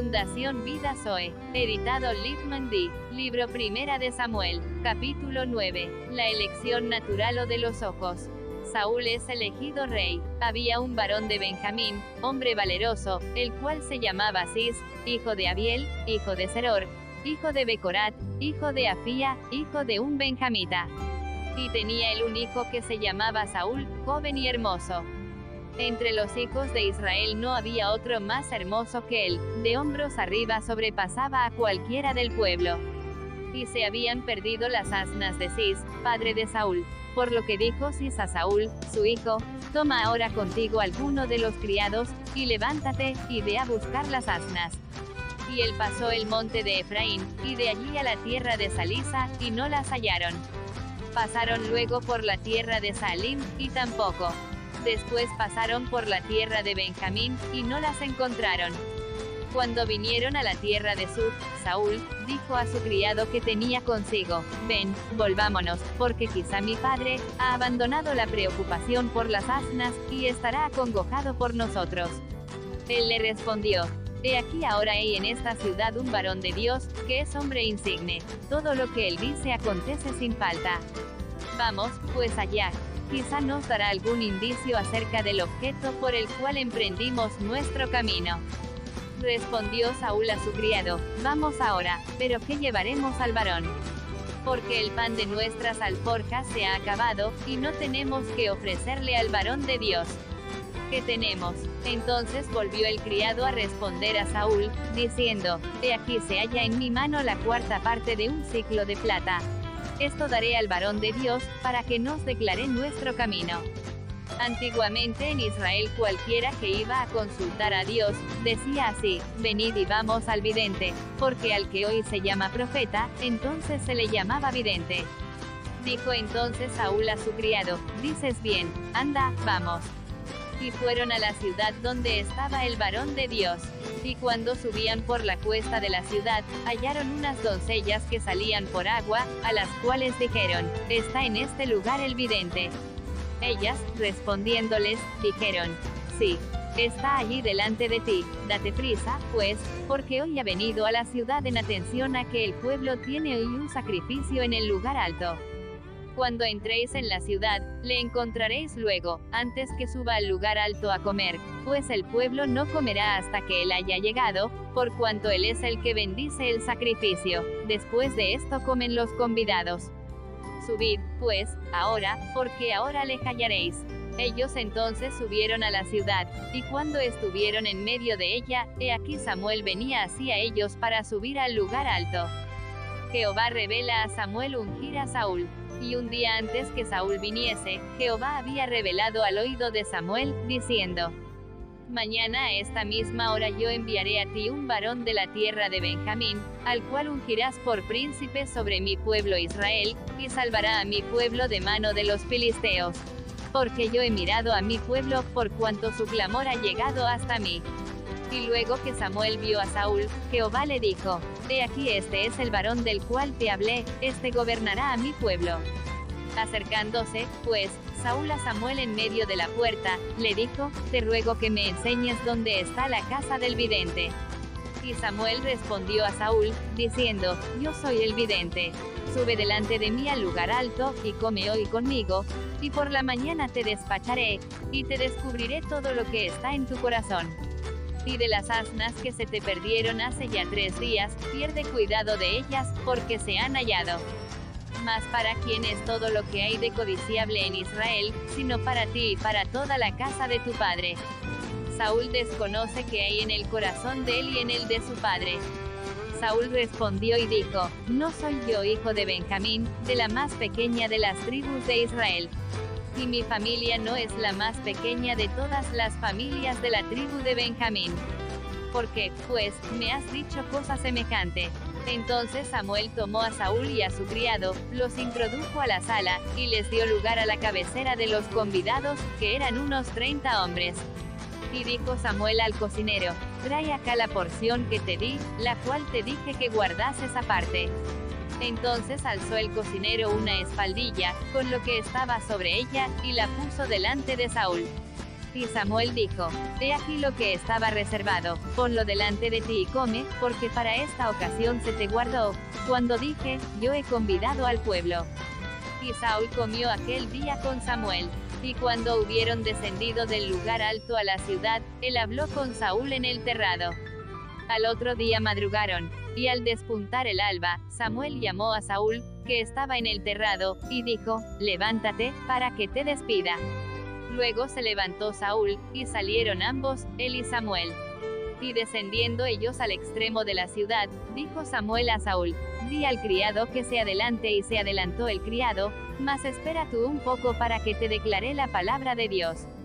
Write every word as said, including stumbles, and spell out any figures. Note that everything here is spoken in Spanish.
Fundación Vida Zoe. Editado Lippmann D. Libro Primera de Samuel. Capítulo nueve. La elección natural o de los ojos. Saúl es elegido rey. Había un varón de Benjamín, hombre valeroso, el cual se llamaba Cis, hijo de Abiel, hijo de Seror, hijo de Becorat, hijo de Afía, hijo de un benjamita. Y tenía él un hijo que se llamaba Saúl, joven y hermoso. Entre los hijos de Israel no había otro más hermoso que él, de hombros arriba sobrepasaba a cualquiera del pueblo. Y se habían perdido las asnas de Cis, padre de Saúl. Por lo que dijo Cis a Saúl, su hijo: toma ahora contigo alguno de los criados, y levántate, y ve a buscar las asnas. Y él pasó el monte de Efraín, y de allí a la tierra de Salisa, y no las hallaron. Pasaron luego por la tierra de Salim, y tampoco. Después pasaron por la tierra de Benjamín, y no las encontraron. Cuando vinieron a la tierra de Suf, Saúl dijo a su criado que tenía consigo: ven, volvámonos, porque quizá mi padre ha abandonado la preocupación por las asnas, y estará acongojado por nosotros. Él le respondió: he aquí ahora hay en esta ciudad un varón de Dios, que es hombre insigne. Todo lo que él dice acontece sin falta. Vamos, pues allá. Quizá nos dará algún indicio acerca del objeto por el cual emprendimos nuestro camino. Respondió Saúl a su criado: vamos ahora, pero ¿qué llevaremos al varón? Porque el pan de nuestras alforjas se ha acabado, y no tenemos que ofrecerle al varón de Dios. ¿Qué tenemos? Entonces volvió el criado a responder a Saúl, diciendo: he aquí se halla en mi mano la cuarta parte de un siclo de plata. Esto daré al varón de Dios, para que nos declare nuestro camino. Antiguamente en Israel cualquiera que iba a consultar a Dios, decía así: venid y vamos al vidente, porque al que hoy se llama profeta, entonces se le llamaba vidente. Dijo entonces Saúl a su criado: dices bien, anda, vamos. Y fueron a la ciudad donde estaba el varón de Dios. Y cuando subían por la cuesta de la ciudad, hallaron unas doncellas que salían por agua, a las cuales dijeron: está en este lugar el vidente. Ellas, respondiéndoles, dijeron: sí, está allí delante de ti, date prisa, pues, porque hoy ha venido a la ciudad en atención a que el pueblo tiene hoy un sacrificio en el lugar alto. Cuando entréis en la ciudad, le encontraréis luego, antes que suba al lugar alto a comer, pues el pueblo no comerá hasta que él haya llegado, por cuanto él es el que bendice el sacrificio. Después de esto comen los convidados. Subid, pues, ahora, porque ahora le hallaréis. Ellos entonces subieron a la ciudad, y cuando estuvieron en medio de ella, he aquí Samuel venía hacia ellos para subir al lugar alto. Jehová revela a Samuel ungir a Saúl. Y un día antes que Saúl viniese, Jehová había revelado al oído de Samuel, diciendo: mañana a esta misma hora yo enviaré a ti un varón de la tierra de Benjamín, al cual ungirás por príncipe sobre mi pueblo Israel, y salvará a mi pueblo de mano de los filisteos. Porque yo he mirado a mi pueblo, por cuanto su clamor ha llegado hasta mí. Y luego que Samuel vio a Saúl, Jehová le dijo: he aquí este es el varón del cual te hablé, este gobernará a mi pueblo. Acercándose, pues, Saúl a Samuel en medio de la puerta, le dijo: te ruego que me enseñes dónde está la casa del vidente. Y Samuel respondió a Saúl, diciendo: yo soy el vidente. Sube delante de mí al lugar alto, y come hoy conmigo, y por la mañana te despacharé, y te descubriré todo lo que está en tu corazón. Y de las asnas que se te perdieron hace ya tres días, pierde cuidado de ellas, porque se han hallado. Mas para quién es todo lo que hay de codiciable en Israel, sino para ti y para toda la casa de tu padre. Saúl desconoce qué hay en el corazón de él y en el de su padre. Saúl respondió y dijo: no soy yo hijo de Benjamín, de la más pequeña de las tribus de Israel. Y mi familia no es la más pequeña de todas las familias de la tribu de Benjamín. ¿Por qué, pues, me has dicho cosa semejante? Entonces Samuel tomó a Saúl y a su criado, los introdujo a la sala, y les dio lugar a la cabecera de los convidados, que eran unos treinta hombres. Y dijo Samuel al cocinero: trae acá la porción que te di, la cual te dije que guardases aparte. Entonces alzó el cocinero una espaldilla, con lo que estaba sobre ella, y la puso delante de Saúl. Y Samuel dijo, he aquí lo que estaba reservado, ponlo delante de ti y come, porque para esta ocasión se te guardó, cuando dije, yo he convidado al pueblo. Y Saúl comió aquel día con Samuel. Y cuando hubieron descendido del lugar alto a la ciudad, él habló con Saúl en el terrado. Al otro día madrugaron, y al despuntar el alba, Samuel llamó a Saúl, que estaba en el terrado, y dijo, levántate, para que te despida. Luego se levantó Saúl, y salieron ambos, él y Samuel. Y descendiendo ellos al extremo de la ciudad, dijo Samuel a Saúl, di al criado que se adelante, y se adelantó el criado, mas espera tú un poco para que te declare la palabra de Dios.